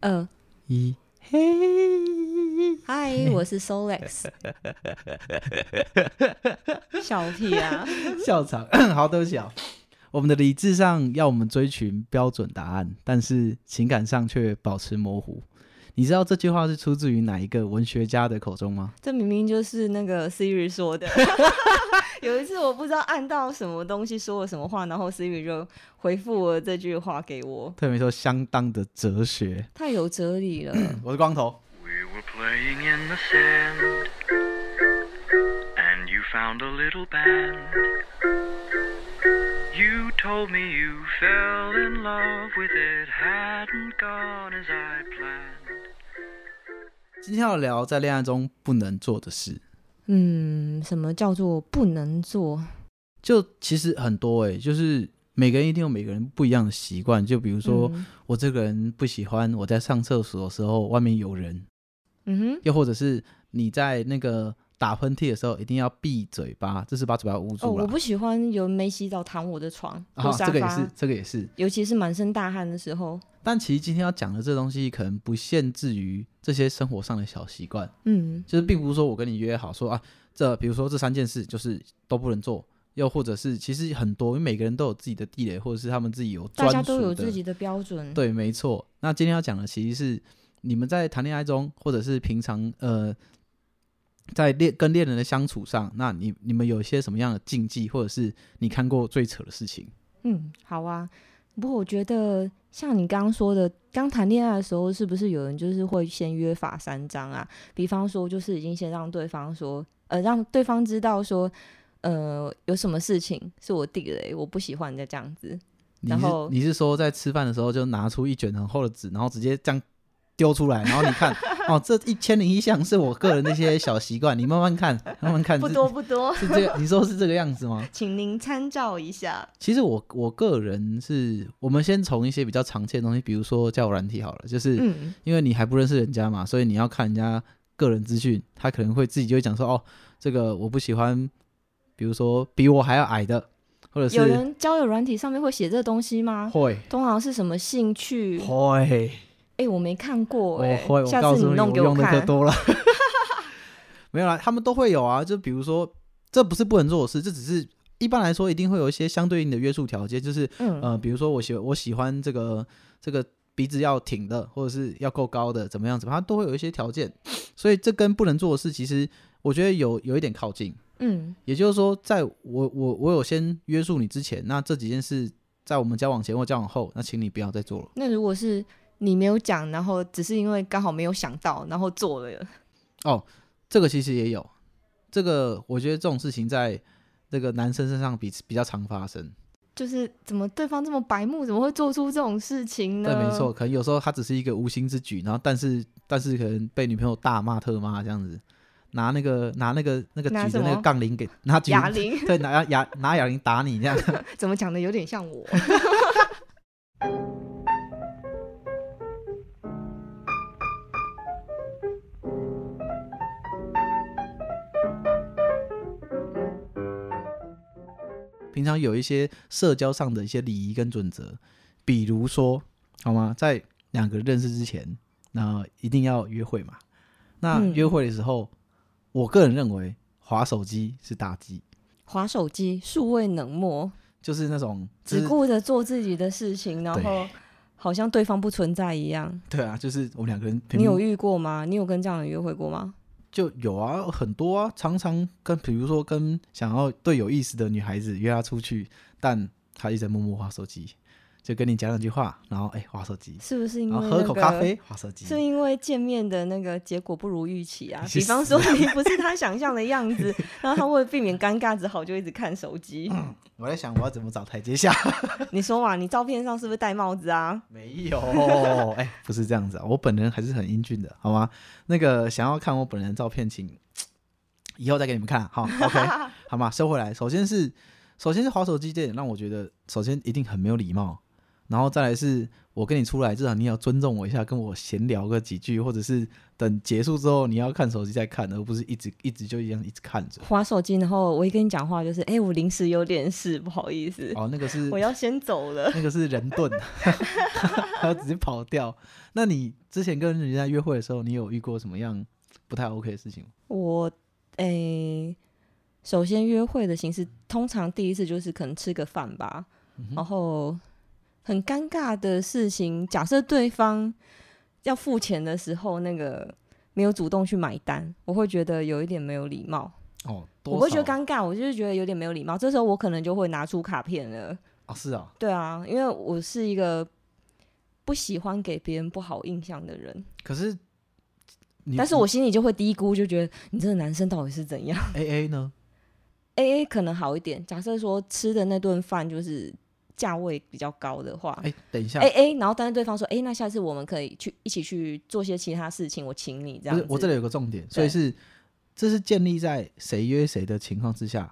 2、 1，嘿， 嗨，我是 Solex。笑屁啊！ 笑场。好，对不起啊。我们的理智上要我们追寻标准答案，但是情感上却保持模糊。你知道这句话是出自于哪一个文学家的口中吗？ 这明明就是那个 Siri 说的。有一次我不知道按到什么东西说了什么话，然后 Siri 就回复了这句话给我。 特别说相当的哲学， 太有哲理了。 我是光头。 We were playing in the sand, and you found a little band. You told me you fell in love with it, hadn't gone as I planned. 今天要聊在恋爱中不能做的事。 什么叫做不能做？ 就其实很多就是每个人一定有每个人不一样的习惯。就比如说，我这个人不喜欢我在上厕所的时候外面有人，又或者是你在那个打喷嚏的时候一定要闭嘴巴，这是把嘴巴捂住了。 我不喜欢有人没洗澡躺我的床或沙发， 这个也是， 尤其是满身大汗的时候。 但其实今天要讲的这东西可能不限制于这些生活上的小习惯，就是并不是说我跟你约好说啊，比如说这3件事就是都不能做，又或者是其实很多，因为每个人都有自己的地雷，或者是他们自己有专属的， 大家都有自己的标准。对， 没错。那今天要讲的其实是你们在谈恋爱中，或者是平常在跟恋人的相处上，那你们有一些什么样的禁忌，或者是你看过最扯的事情？ 好啊。不过我觉得像你刚刚说的，刚谈恋爱的时候是不是有人就是会先约法3章啊？比方说就是已经先让对方说让对方知道说有什么事情是我地雷，我不喜欢的这样子。然后你是说在吃饭的时候就拿出一卷很厚的纸，然后直接这样丢出来，然后你看这1001项是我个人的一些小习惯，你慢慢看慢慢看。 不多是这个，你说是这个样子吗？ 请您参照一下。其实我个人是，我们先从一些比较常见的东西，比如说交友软体好了，就是因为你还不认识人家嘛，所以你要看人家个人资讯，他可能会自己就会讲说这个我不喜欢，比如说比我还要矮的，或者是有人交友软体上面会写这东西吗？ 会， 通常是什么兴趣？ 会。 我没看过我下次你弄给我看。 用的可多了。没有啦，他们都会有啊。就比如说，这不是不能做的事，这只是一般来说一定会有一些相对应的约束条件，就是比如说我喜欢这个鼻子要挺的，或者是要够高的，怎么样，它都会有一些条件。所以这跟不能做的事，其实我觉得有一点靠近。也就是说，在我有先约束你之前，那这几件事在我们交往前或交往后，那请你不要再做了。 那如果是你没有讲，然后只是因为刚好没有想到，然后做了。 这个其实也有。这个我觉得这种事情在这个男生身上比较常发生。 就是怎么对方这么白目，怎么会做出这种事情呢？ 对，没错，可能有时候他只是一个无心之举，然后但是可能被女朋友大骂特骂这样子，拿那个举的那个杠铃给拿哑铃， 对，拿哑铃打你这样。 怎么讲的有点像我。 平常有一些社交上的一些礼仪跟准则，比如说好吗，在2个人认识之前，那一定要约会嘛。那约会的时候，我个人认为滑手机是大忌。 滑手机，数位冷漠， 就是那种只顾着做自己的事情，然后好像对方不存在一样。 对啊，就是我们2个人。 你有遇过吗？你有跟这样的约会过吗？ 就有啊，很多啊，常常比如说跟想要对有意思的女孩子约她出去，但她一直在默默滑手机，就跟你讲2句话，然后滑手机， 是不是因为然后喝口咖啡滑手机？ 是因为见面的那个结果不如预期啊？比方说你不是他想象的样子，然后他为了避免尴尬，只好就一直看手机。 我在想我要怎么找台阶下。 你说嘛，你照片上是不是戴帽子啊？ 没有，不是这样子啊，我本人还是很英俊的，好吗？那个想要看我本人的照片，请以后再给你们看，好 ，OK， 好吗？收回来，首先是滑手机这点让我觉得，首先一定很没有礼貌， 然后再来是我跟你出来，至少你也要尊重我一下，跟我闲聊个几句，或者是等结束之后你要看手机再看，而不是一直就一样一直看着滑手机，然后我一跟你讲话就是我临时有点事，不好意思。 那个是我要先走了。 那个是人盾他要直接跑掉。那你之前跟人家约会的时候，你有遇过什么样不太 OK 的事情吗？ 我首先约会的形式通常第一次就是可能吃个饭吧，然后很尴尬的事情，假设对方要付钱的时候那个没有主动去买单，我会觉得有一点没有礼貌。我不会觉得尴尬，我就是觉得有点没有礼貌。这时候我可能就会拿出卡片了。 是啊。 对啊，因为我是一个不喜欢给别人不好印象的人。 可是但是我心里就会低估，就觉得你这个男生到底是怎样。 AA 呢？ AA 可能好一点。假设说吃的那顿饭就是价位比较高的话， 等一下 AA， 然后但是对方说那下次我们可以一起去做些其他事情，我请你这样子。 不是，我这里有个重点，所以这是建立在谁约谁的情况之下。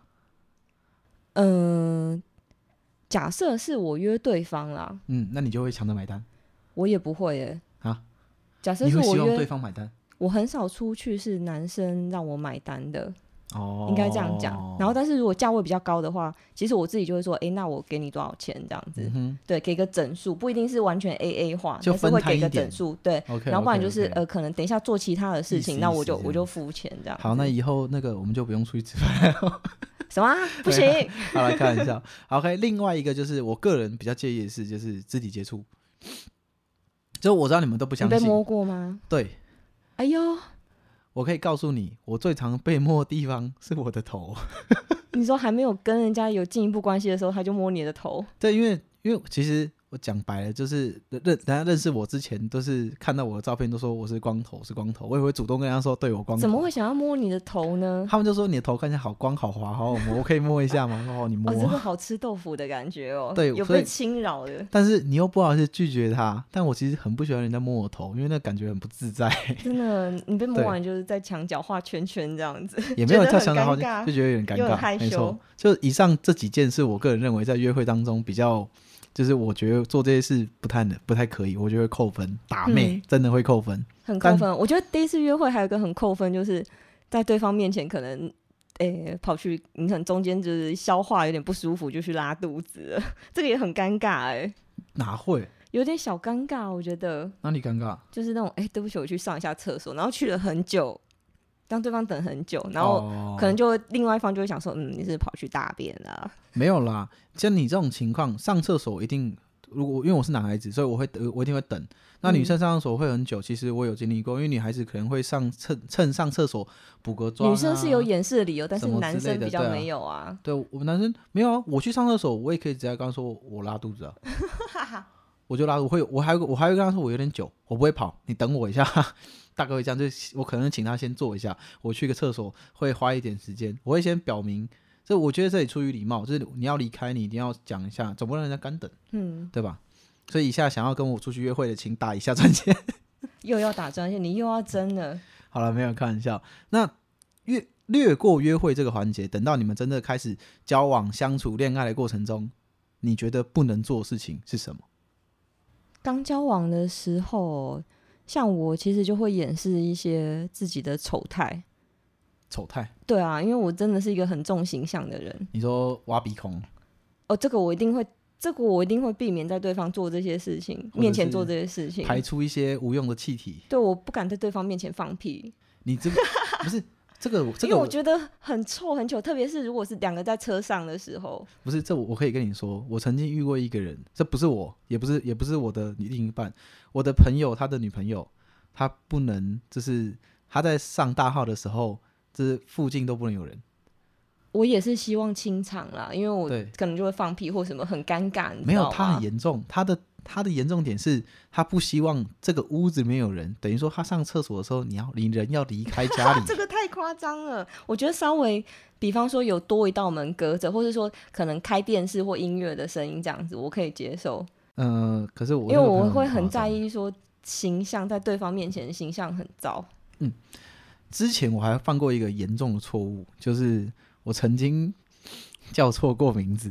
假设是我约对方啦， 那你就会抢着买单？ 我也不会假设你是我约会希望对方买单？ 我很少出去是男生让我买单的。应该这样讲。然后但是如果价位比较高的话，其实我自己就会说那我给你多少钱这样子。对，给个整数，不一定是完全 AA 化， 就分摊一点， 但是会给个整数。对，然后不然就是可能等一下做其他的事情，那我就付钱这样子。 好，那以后那个我们就不用出去吃饭了。 什么不行？ 好，来开玩笑。OK， 另外一个就是我个人比较介意的是，就是肢体接触。就我知道你们都不相信。 你被摸过吗？ 对。 哎呦， 我可以告诉你，我最常被摸的地方是我的头。 你说还没有跟人家有进一步关系的时候，他就摸你的头？ 对，因为其实我讲白了，就是人家认识我之前，都是看到我的照片都说我是光头，我也会主动跟人家说，对，我光头。 怎么会想要摸你的头呢？ 他们就说你的头看起来好光好滑好好摸，我可以摸一下吗？你摸。 这个好吃豆腐的感觉哦。 对， 有被侵扰的。 但是你又不好意思拒绝他，但我其实很不喜欢人家摸我头，因为那感觉很不自在。真的，你被摸完就是在墙角画圈圈这样子， 也没有在墙角画圈，就觉得有点尴尬， 又很害羞。 没错，就以上这几件是我个人认为在约会当中比较。就是我觉得做这些事不太可以，我觉得会扣分，打妹、真的会扣分， 很扣分。我觉得第一次约会还有一个很扣分，就是在对方面前可能跑去你可能中间就是消化有点不舒服，就去拉肚子了，这个也很尴尬哪会？ 有点小尴尬，我觉得。 哪里尴尬？ 就是那种对不起，我去上一下厕所，然后去了很久。让对方等很久，然后可能就另外一方就会想说，你是跑去大便了？ 没有啦，像你这种情况，上厕所一定，因为我是男孩子，所以我一定会等。那女生上厕所会很久，其实我有经历过，因为女孩子可能会趁上厕所补个妆。 女生是有掩饰的理由，但是男生比较没有啊。 对，我们男生没有啊，我去上厕所，我也可以直接跟他说我拉肚子啊，我就拉，我还会跟他说我有点久，我不会跑，你等我一下。大概会这样，就是我可能请他先坐一下，我去个厕所会花一点时间，我会先表明，这我觉得这里出于礼貌，就是你要离开，你一定要讲一下，总不能人家干等，对吧？所以以下想要跟我出去约会的，请打一下专线。 又要打专线，你又要真的。 好了，没有开玩笑。那略过约会这个环节，等到你们真的开始交往、相处、恋爱的过程中，你觉得不能做的事情是什么？ 刚交往的时候。像我其实就会掩饰一些自己的丑态。 丑态？对啊，因为我真的是一个很重形象的人。 你说挖鼻孔？ 这个我一定会避免在对方做这些事情面前做这些事情， 排出一些无用的气体。 对，我不敢在对方面前放屁。 你这个不是这个， 因为我觉得很臭很糗，特别是如果是两个在车上的时候。 不是，这我可以跟你说，我曾经遇过一个人，这不是我，也不是我的另一半，我的朋友他的女朋友，他不能，就是他在上大号的时候，这附近都不能有人。 我也是希望清场啦，因为我可能就会放屁或什么，很尴尬。 没有，他很严重，他的严重点是他不希望这个屋子里面有人，等于说他上厕所的时候，你人要离开家里。 这个太夸张了，我觉得稍微比方说有多一道门隔着，或是说可能开电视或音乐的声音这样子，我可以接受。 可是因为我会很在意说形象在对方面前的形象很糟。 之前我还犯过一个严重的错误，就是我曾经叫错过名字。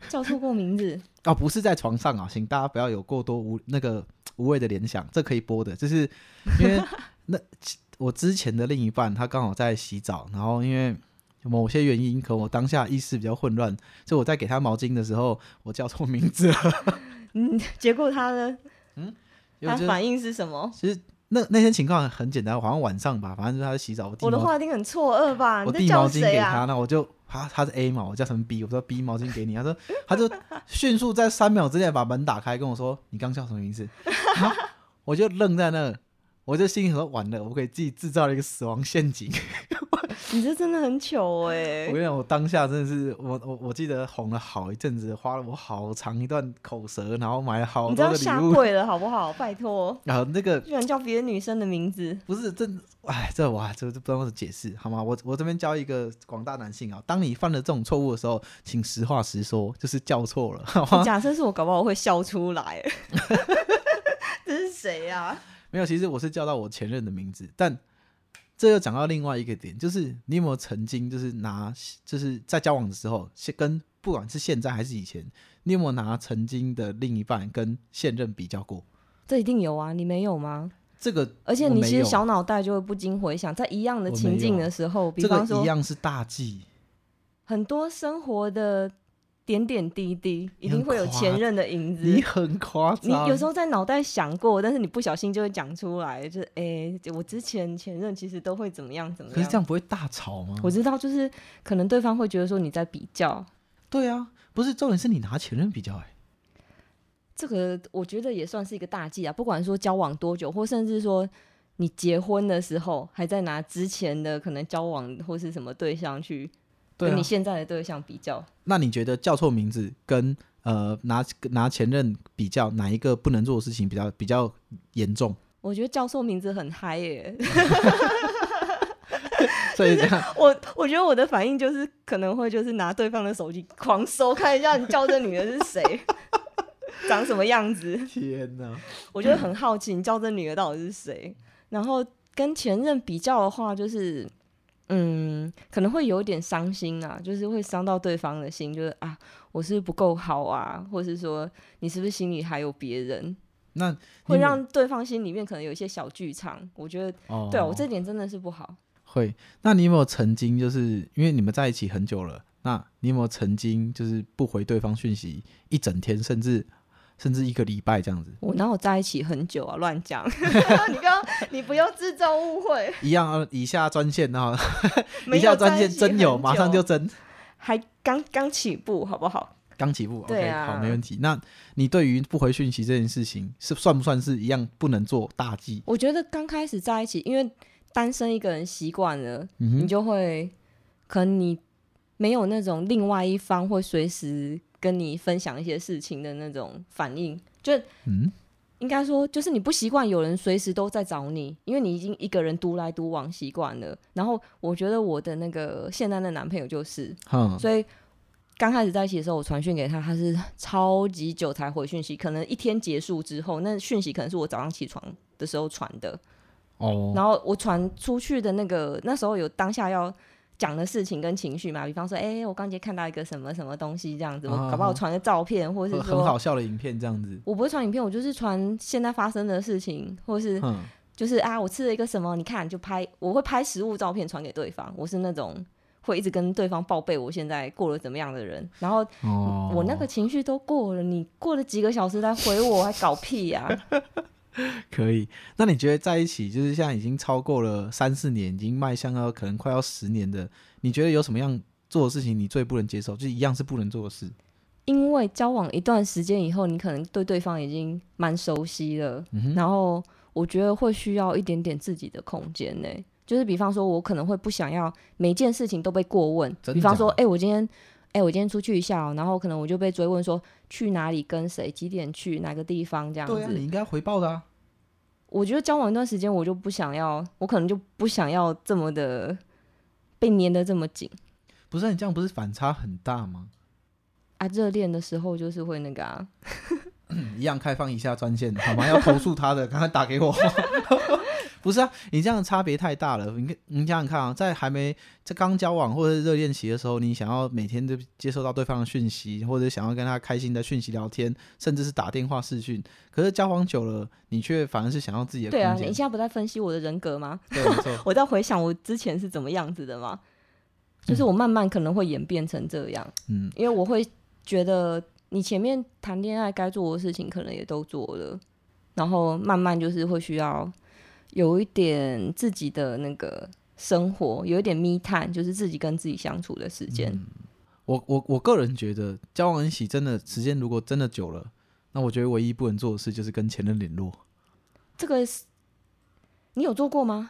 叫错过名字哦，不是在床上啊，请大家不要有过多无谓的联想，这可以播的，就是因为我之前的另一半他刚好在洗澡，然后因为某些原因，可我当下意识比较混乱，所以我在给他毛巾的时候，我叫错名字了。 结果他呢？他反应是什么？ 其实那天情况很简单，好像晚上吧，反正就是他在洗澡， 我的话一定很错愕吧？ 我递毛巾给他，那我就他是 A 嘛，我叫成 B， 我说 B 毛巾给你，他就迅速在3秒之内把门打开，跟我说你刚叫什么名字？然后我就愣在那，我就心里说完了，我给自己制造了一个死亡陷阱。 你这真的很糗欸。 我跟你讲，我当下真的是我记得哄了好一阵子，花了我好长一段口舌，然后买了好多的礼物。 你这样下跪了好不好？拜托。 然后那个居然叫别的女生的名字， 不是真，哎，这不知道怎么解释好吗？我这边教一个广大男性啊，当你犯了这种错误的时候，请实话实说，就是叫错了，好吗？ 假设是我，搞不好我会笑出来。这是谁啊？ 没有，其实我是叫到我前任的名字，但这又讲到另外一个点，就是你有没有曾经就是在交往的时候，跟不管是现在还是以前，你有没有拿曾经的另一半跟现任比较过？ 这一定有啊，你没有吗？ 这个， 而且你其实小脑袋就会不禁回想，在一样的情境的时候，比方说这个一样是大忌， 很多生活的点点滴滴一定会有前任的影子。 你很夸张， 你有时候在脑袋想过，但是你不小心就会讲出来，就是我之前前任其实都会怎么样怎么样。 可是这样不会大吵吗？ 我知道，就是可能对方会觉得说你在比较。 对啊，不是重点是你拿前任比较这个我觉得也算是一个大忌啊，不管说交往多久，或甚至说你结婚的时候还在拿之前的可能交往或是什么对象去跟你现在的对象比较。 那你觉得叫错名字跟拿前任比较，哪一个不能做的事情比较严重？ 我觉得叫错名字很嗨耶。 所以这样， 我觉得我的反应就是可能会就是拿对方的手机狂搜，看一下你叫这女的是谁，长什么样子。 天哪！ 我觉得很好奇，你叫这女的到底是谁？然后跟前任比较的话，就是可能会有点伤心啊，就是会伤到对方的心，就是啊，我是不是不够好啊，或是说你是不是心里还有别人？ 那会让对方心里面可能有一些小剧场。我觉得，对啊，我这点真的是不好。 会，那你有没有曾经就是因为你们在一起很久了，那你有没有曾经就是不回对方讯息一整天，甚至1个礼拜这样子？ 我哪有在一起很久啊？乱讲！你不要制造误会。 一样，以下专线哈，以下专线真有，马上就真， 还刚起步，好不好？ 刚起步， 对啊 ，OK， 好，没问题。那你对于不回讯息这件事情，算不算是一样不能做大忌？ 我觉得刚开始在一起，因为单身一个人习惯了，你就会可能你没有那种另外一方会随时跟你分享一些事情的那种反应，就应该说就是你不习惯有人随时都在找你，因为你已经一个人独来独往习惯了。然后我觉得我的那个现在的男朋友就是，所以刚开始在一起的时候，我传讯给他，他是超级久才回讯息，可能一天结束之后，那讯息可能是我早上起床的时候传的。然后我传出去的那时候有当下要讲的事情跟情绪嘛，比方说我刚才看到一个什么什么东西这样子，我搞不好传个照片，或是说很好笑的影片这样子。 我不会传影片，我就是传现在发生的事情，或是就是我吃了一个什么，你看就拍，我会拍实物照片传给对方。我是那种会一直跟对方报备我现在过得怎么样的人，然后我那个情绪都过了，你过了几个小时才回我，还搞屁呀可以，那你觉得在一起就是现在已经超过了3-4年，已经迈向到可能快要10年的，你觉得有什么样做的事情你最不能接受，就一样是不能做的事？ 因为交往一段时间以后，你可能对对方已经蛮熟悉了，然后我觉得会需要一点点自己的空间呢。就是比方说我可能会不想要每件事情都被过问，比方说我今天出去一下然后可能我就被追问说去哪里跟谁几点去哪个地方这样子。 对啊，你应该回报的啊。 我觉得交往一段时间我就不想要，我可能就不想要这么的被黏得这么紧。 不是，你这样不是反差很大吗？ 热恋的时候就是会那个一样开放以下专线好吗？要投诉他的赶快打给我不是啊，你这样差别太大了。你想想看啊，在刚交往或者热恋期的时候，你想要每天都接收到对方的讯息，或者想要跟他开心的讯息聊天，甚至是打电话视讯。可是交往久了，你却反而是想要自己的空间。 对啊，你现在不在分析我的人格吗？ 对，没错。 我在回想我之前是怎么样子的吗？就是我慢慢可能会演变成这样。因为我会觉得你前面谈恋爱该做的事情可能也都做了，然后慢慢就是会需要有一点自己的那个生活，有一点me time，就是自己跟自己相处的时间。 我个人觉得交往一起真的时间如果真的久了，那我觉得唯一不能做的事就是跟前任联络。 这个你有做过吗？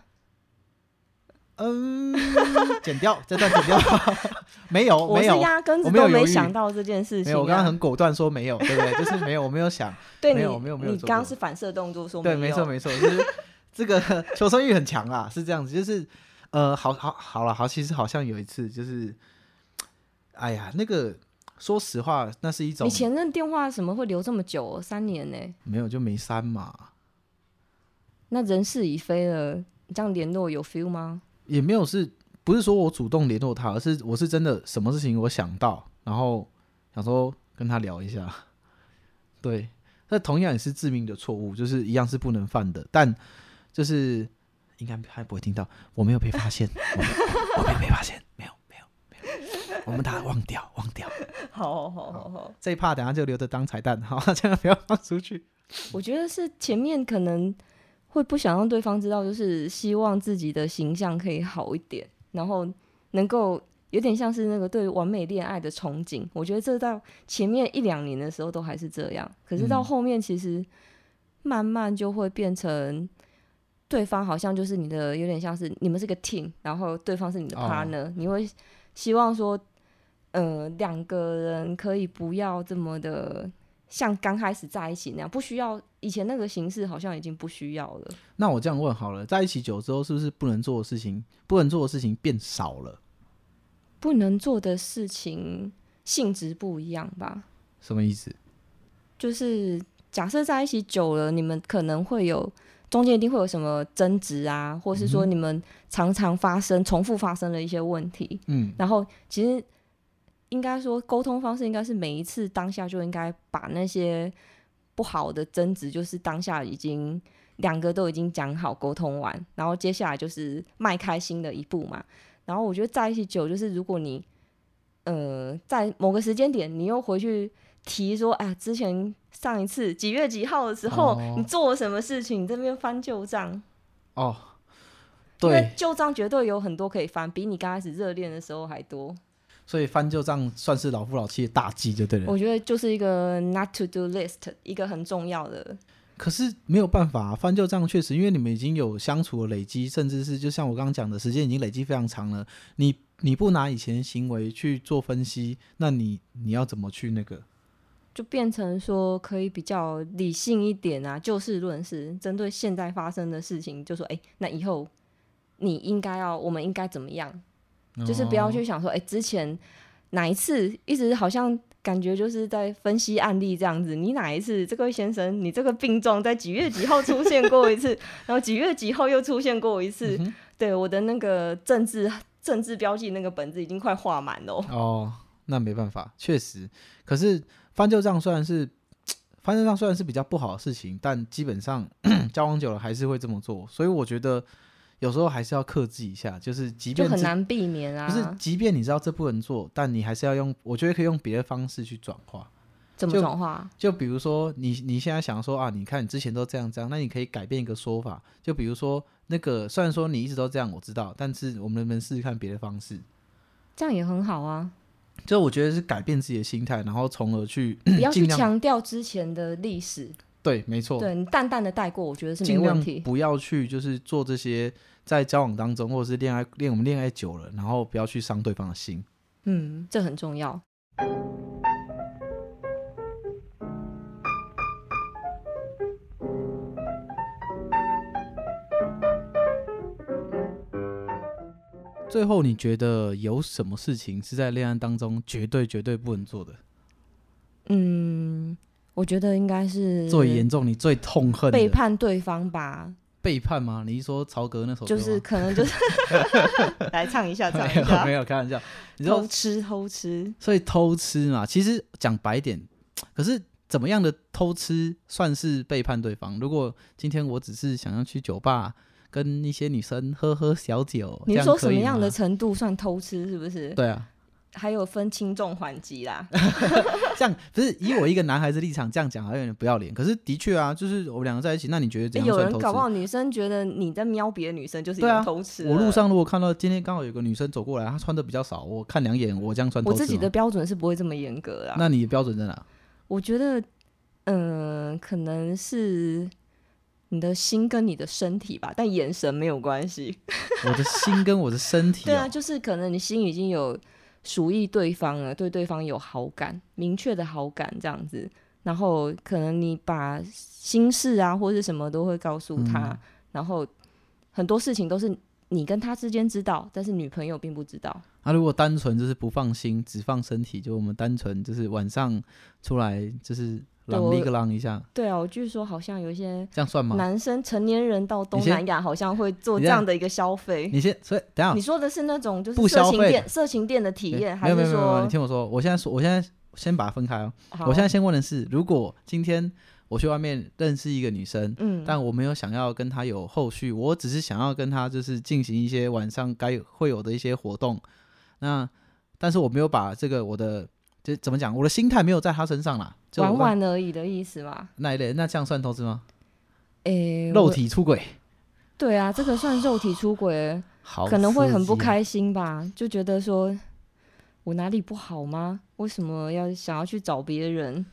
剪掉这段，剪掉。没有， 我是压根子都没想到这件事情。 没有，我刚刚很果断说没有，对不对？就是没有，我没有想。 对， 没有。 你刚刚是反射动作说没有。 对，没错，就是这个求生欲很强啊，是这样子。就是好，其实好像有一次就是，哎呀，那个说实话，那是一种。 你前任电话什么会留这么久？3年呢？ 没有，就没删嘛。 那人事已非了，你这样联络有 feel 吗？ 也没有，不是说我主动联络他，而是我是真的什么事情我想到，然后想说跟他聊一下。对，那同样也是致命的错误，就是一样是不能犯的，但就是应该还不会听到，我没有被发现，我没有被发现，没有，我们大家忘掉。 好， 这一趴等一下就留着当彩蛋，好，千万不要放出去。 我觉得是前面可能会不想让对方知道，就是希望自己的形象可以好一点，然后能够有点像是那个对完美恋爱的憧憬。我觉得这到前面1-2年的时候都还是这样，可是到后面其实慢慢就会变成对方好像就是你的，有点像是你们是个 team， 然后对方是你的 partner，你会希望说2个人可以不要这么的像刚开始在一起那样，不需要以前那个形式，好像已经不需要了。 那我这样问好了，在一起久之后，是不是不能做的事情变少了？ 不能做的事情性质不一样吧？ 什么意思？ 就是假设在一起久了，你们可能会有中间一定会有什么争执啊，或是说你们常常重复发生的一些问题。然后其实应该说沟通方式应该是每一次当下就应该把那些不好的争执，就是当下已经2个都已经讲好沟通完，然后接下来就是迈开新的一步嘛。然后我觉得在一起久，就是如果你在某个时间点你又回去提说，哎，之前上一次几月几号的时候，你做了什么事情，你这边翻旧账。对，因为旧账绝对有很多可以翻，比你刚开始热恋的时候还多。 所以翻旧账算是老夫老妻的大忌就对了。 我觉得就是一个 not to do list， 一个很重要的。 可是没有办法，翻旧账确实，因为你们已经有相处的累积，甚至是就像我刚刚讲的，时间已经累积非常长了。你不拿以前的行为去做分析，那你要怎么去那个？ 就变成说可以比较理性一点啊，就事论事，针对现在发生的事情，就说那以后我们应该怎么样？就是不要去想说之前哪一次一直好像感觉就是在分析案例这样子，你哪一次这位先生你这个病状在几月几号出现过一次然后几月几号又出现过一次。对，我的那个政治标记那个本子已经快画满了。 那没办法，确实。可是翻旧账虽然是比较不好的事情，但基本上交往久了还是会这么做，所以我觉得有时候还是要克制一下，就是即便就很难避免啊。 不是，即便你知道这不能做，但你还是要我觉得可以用别的方式去转化。 怎么转化？ 就比如说你现在想说你看你之前都这样，那你可以改变一个说法，就比如说那个虽然说你一直都这样我知道，但是我们能不能试试看别的方式？ 这样也很好啊。 就我觉得是改变自己的心态，然后从而去不要去强调之前的历史。 对，没错。 对，你淡淡的带过，我觉得是没问题。 尽量不要去就是做这些在交往当中，或者是我们恋爱久了，然后不要去伤对方的心。 这很重要。 最后你觉得有什么事情是在恋爱当中绝对不能做的？ 我觉得应该是最严重你最痛恨的背叛对方吧。 背叛吗？你是说曹格那首歌吗？ 就是可能就是来唱一下，唱一下， 没有开玩笑。你说偷吃， 所以偷吃嘛，其实讲白点，可是怎么样的偷吃算是背叛对方？如果今天我只是想要去酒吧跟一些女生喝小酒， 你说什么样的程度算偷吃？是不是？ 对啊， 还有分轻重缓急啦。 这样不是以我一个男孩子立场这样讲，好像有点不要脸。可是的确啊，就是我们两个在一起，那你觉得怎样算偷吃？ 有人搞不好女生觉得你在瞄别的女生就是一种偷吃。 我路上如果看到今天刚好有个女生走过来，她穿的比较少，我看2眼，我这样算偷吃吗？ 我自己的标准是不会这么严格啦。 那你的标准在哪？ 我觉得，可能是你的心跟你的身体吧，但眼神没有关系。 我的心跟我的身体、 对啊，就是可能你心已经有属意对方了，对对方有好感，明确的好感这样子，然后可能你把心事啊或是什么都会告诉他，然后很多事情都是你跟他之间知道，但是女朋友并不知道。 如果单纯就是不放心，只放身体，就我们单纯就是晚上出来就是浪一个浪一下。 对啊，我据说好像有一些这样算吗？ 男生成年人到东南亚好像会做这样的一个消费。 所以等一下你说的是那种就是色情店的体验，还是说？ 没有，你听我说，我现在先把它分开哦。我现在先问的是，如果今天我去外面认识一个女生，但我没有想要跟她有后续，我只是想要跟她就是进行一些晚上会有的一些活动，但是我没有把这个我的就怎么讲，我的心态没有在她身上啦， 玩玩而已的意思嘛。 那一类，那这样算偷吃吗？肉体出轨。 对啊，这个算肉体出轨，可能会很不开心吧，就觉得说我哪里不好吗？为什么想要去找别人？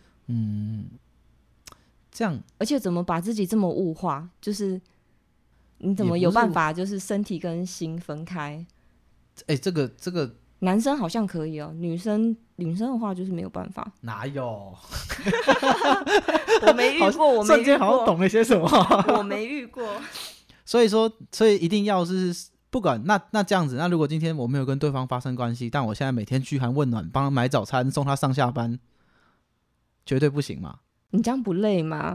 这样， 而且怎么把自己这么物化？就是你怎么有办法就是身体跟心分开？ 这个男生好像可以哦，女生的话就是没有办法。 哪有？ 我没遇过， 瞬间好像懂了些什么。 我没遇过。 所以一定要是不管那这样子，那如果今天我没有跟对方发生关系，但我现在每天嘘寒问暖，帮他买早餐，送他上下班，绝对不行嘛？ 你这样不累吗？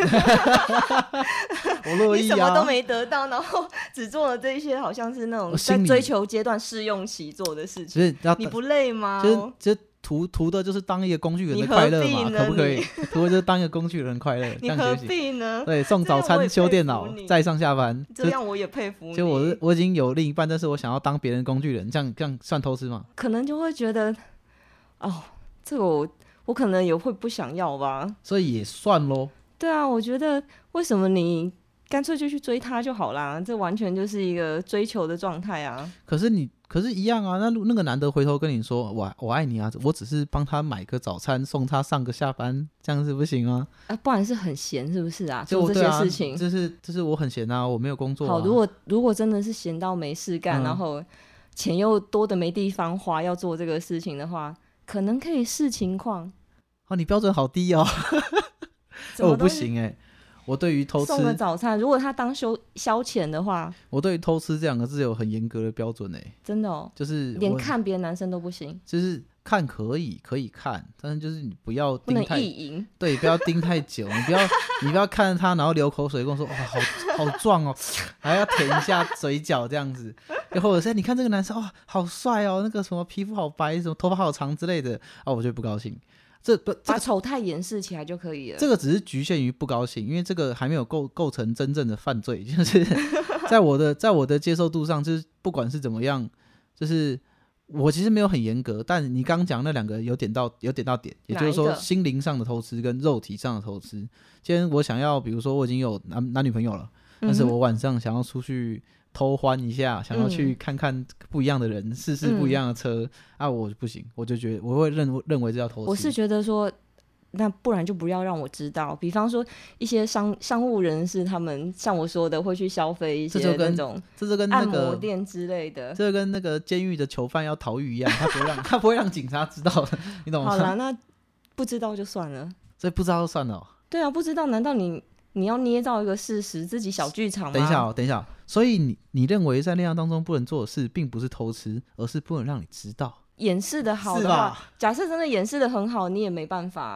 我乐意啊！ 你什么都没得到，然后只做了这些好像是那种在追求阶段试用期做的事情，你不累吗？ 就是图的就是当一个工具人的快乐嘛，可不可以？图的就是当一个工具人快乐， 你何必呢？ 对，送早餐、修电脑，再上下班， 这样我也佩服你。 就我已经有另一半，但是我想要当别人工具人，这样算偷吃吗？ 可能就会觉得，这个我可能也会不想要吧， 所以也算咯。 对啊，我觉得为什么你干脆就去追他就好啦，这完全就是一个追求的状态啊。可是一样啊，那个男的回头跟你说我爱你啊，我只是帮他买个早餐，送他上个下班，这样是不行吗？ 不然是很闲是不是啊？做这些事情， 就是我很闲啊，我没有工作啊。 好，如果真的是闲到没事干，然后钱又多的没地方花，要做这个事情的话，可能可以视情况。 你标准好低哦。我不行我对于偷吃送个早餐，如果他当消遣的话， 我对于偷吃这两个字有很严格的标准真的哦， 就是连看别的男生都不行， 就是看可以看，但是就是你不要盯太， 不能意淫， 对，不要盯太久，你不要看着他然后流口水跟我说哇好壮哦，还要舔一下嘴角这样子，又或者是你看这个男生好帅哦，那个什么皮肤好白，什么头发好长之类的我就不高兴。 把丑态掩饰起来就可以了。 这个只是局限于不高兴，因为这个还没有构成真正的犯罪。就是在我的接受度上，就是不管是怎么样，就是我其实没有很严格。但你刚刚讲那两个有点到点，也就是说心灵上的偷吃跟肉体上的偷吃。今天我想要，比如说我已经有男女朋友了，但是我晚上想要出去偷欢一下，想要去看看不一样的人，试试不一样的车我不行，我就觉得我会认为这叫偷吃。 我是觉得说，那不然就不要让我知道。比方说一些商务人士，他们像我说的会去消费一些那种按摩店之类的， 这就跟那个监狱的囚犯要逃狱一样，他不会让警察知道的，你懂吗？ 好啦，那不知道就算了。 所以不知道就算了对啊，不知道难道你要捏造一个事实，自己小剧场吗？ 等一下，所以你认为在恋爱当中不能做的事，并不是偷吃，而是不能让你知道。 掩饰的好的话，假设真的掩饰的很好，你也没办法啊。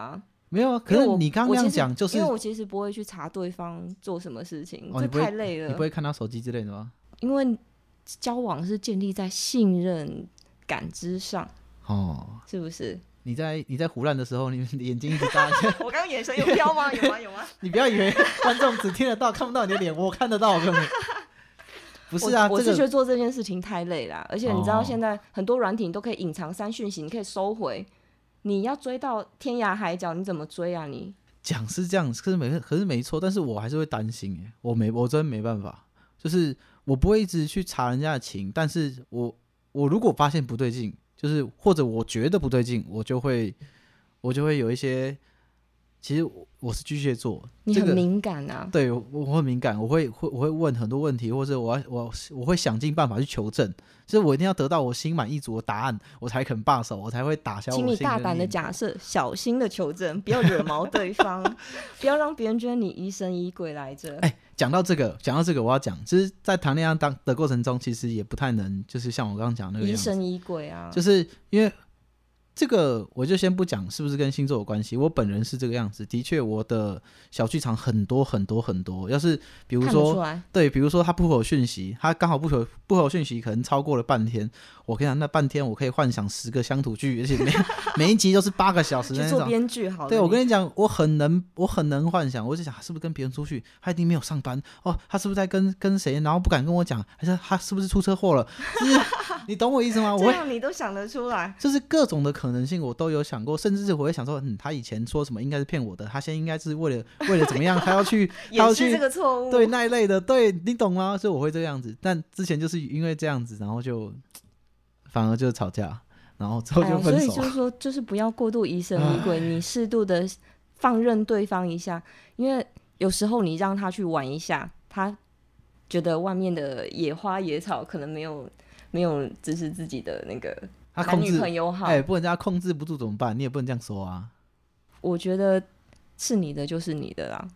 没有啊，可是你刚刚那样讲，就是因为我其实不会去查对方做什么事情，这太累了。 你不会看他手机之类的吗？ 因为交往是建立在信任感之上，是不是？你在胡乱的时候，你眼睛一直眨。 我刚刚眼神有飘吗？有吗？有吗？ 你不要以为观众只听得到看不到你的脸，我看得到，根本不是啊。 我是觉得做这件事情太累了，而且你知道现在很多软体你都可以隐藏删讯息，你可以收回。你要追到天涯海角，你怎么追啊？你讲是这样，可是没错，但是我还是会担心我真没办法，就是我不会一直去查人家的情，但是我如果发现不对劲，就是或者我觉得不对劲，我就会有一些，其实我是巨蟹座， 你很敏感啊。 对，我很敏感，我会问很多问题，或者我会想尽办法去求证，就是我一定要得到我心满意足的答案，我才肯罢手，我才会打消我请你大胆的假设，小心的求证，不要惹毛对方，不要让别人觉得你疑神疑鬼来着。 讲到这个，我要讲，就是在谈恋爱的过程中，其实也不太能，就是像我刚刚讲那个样子， 疑神疑鬼啊， 就是因为。这个我就先不讲是不是跟星座有关系，我本人是这个样子，的确我的小剧场很多很多很多。要是比如说，对，比如说他不回我讯息，他刚好不回我讯息，可能超过了半天。我跟你讲，那半天我可以幻想10个乡土剧，而且每一集都是8个小时那种。 去做编剧好了。 对，我跟你讲，我很能幻想。我就想，是不是跟别人出去，他一定没有上班哦？他是不是在跟谁，然后不敢跟我讲？还是他是不是出车祸了？就是你懂我意思吗？ 这样你都想得出来， 就是各种的可能性我都有想过，甚至是我会想说，他以前说什么应该是骗我的，他现在应该是为了怎么样，他要去掩饰这个错误， 对那一类的，对你懂吗？所以我会这个样子，但之前就是因为这样子，然后就反而就是吵架，然后之后就分手。 所以就是说，就是不要过度疑神疑鬼，你适度的放任对方一下，因为有时候你让他去玩一下，他觉得外面的野花野草可能没有支持自己的那个男女朋友好， 不能这样，控制不住怎么办？你也不能这样说啊。 我觉得是你的就是你的啦。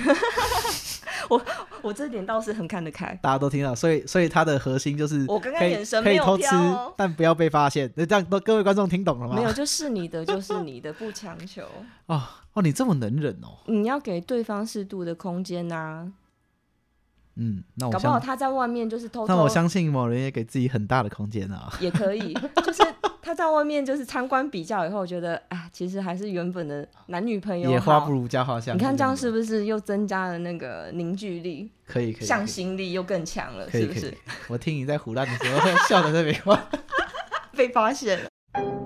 我这点倒是很看得开， 大家都听到，所以他的核心就是我刚刚眼神没有可以偷吃，但不要被发现。这样各位观众听懂了吗？ 没有，就是你的就是你的，不强求。 哦，你这么能忍哦！ 你要给对方适度的空间啊。 那我搞不好他在外面就是偷偷。 那我相信某人也给自己很大的空间啊。 也可以，就是他在外面就是参观比较以后，觉得其实还是原本的男女朋友好， 野花不如家花香。 你看这样是不是又增加了那个凝聚力？ 可以， 向心力又更强了，是不是？ 我听你在胡乱的时候笑得特别快， 被发现了。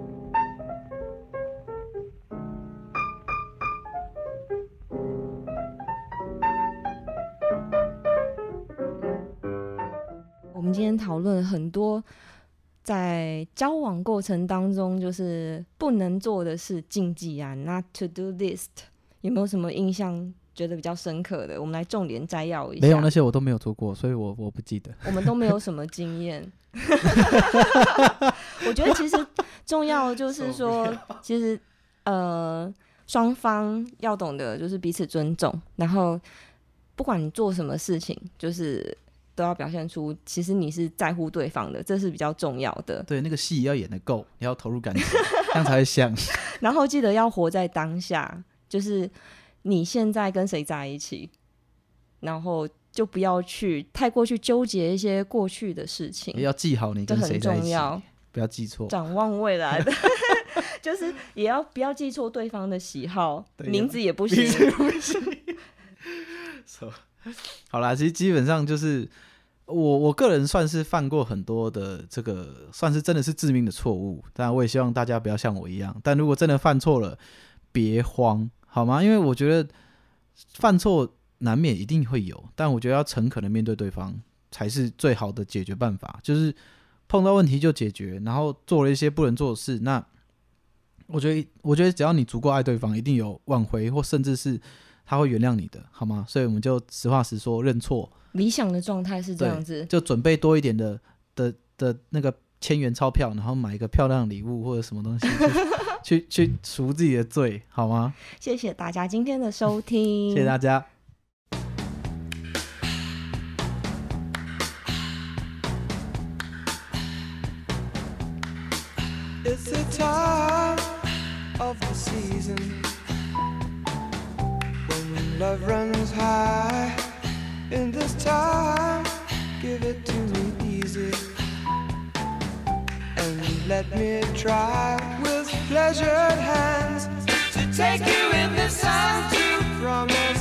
我们今天讨论了很多在交往过程当中就是不能做的事，禁忌啊 ，not to do list， 有没有什么印象觉得比较深刻的？我们来重点摘要一下。 没有，那些我都没有做过，所以我不记得。 我们都没有什么经验。我觉得其实重要的就是说，其实双方要懂得就是彼此尊重，然后不管你做什么事情，就是都要表现出其实你是在乎对方的，这是比较重要的。 对，那个戏要演得够，你要投入感情，这样才会像。 然后记得要活在当下，就是你现在跟谁在一起，然后就不要去太过去纠结一些过去的事情， 也要记好你跟谁在一起，不要记错， 展望未来的。就是也要不要记错对方的喜好，名字也不行。 好啦，其实基本上就是我个人算是犯过很多的这个算是真的是致命的错误，当然我也希望大家不要像我一样，但如果真的犯错了别慌好吗？因为我觉得犯错难免一定会有，但我觉得要诚恳的面对对方才是最好的解决办法，就是碰到问题就解决，然后做了一些不能做的事，那我觉得只要你足够爱对方，一定有挽回或甚至是他会原谅你的，好吗？所以我们就实话实说，认错。 理想的状态是这样子， 就准备多一点的那个1000元钞票，然后买一个漂亮的礼物或者什么东西去赎自己的罪，好吗？ 谢谢大家今天的收听， 谢谢大家。 It's the time of the season love runs high in this time. Give it to me easy and let me try with pleasured hands to take you in this time to promise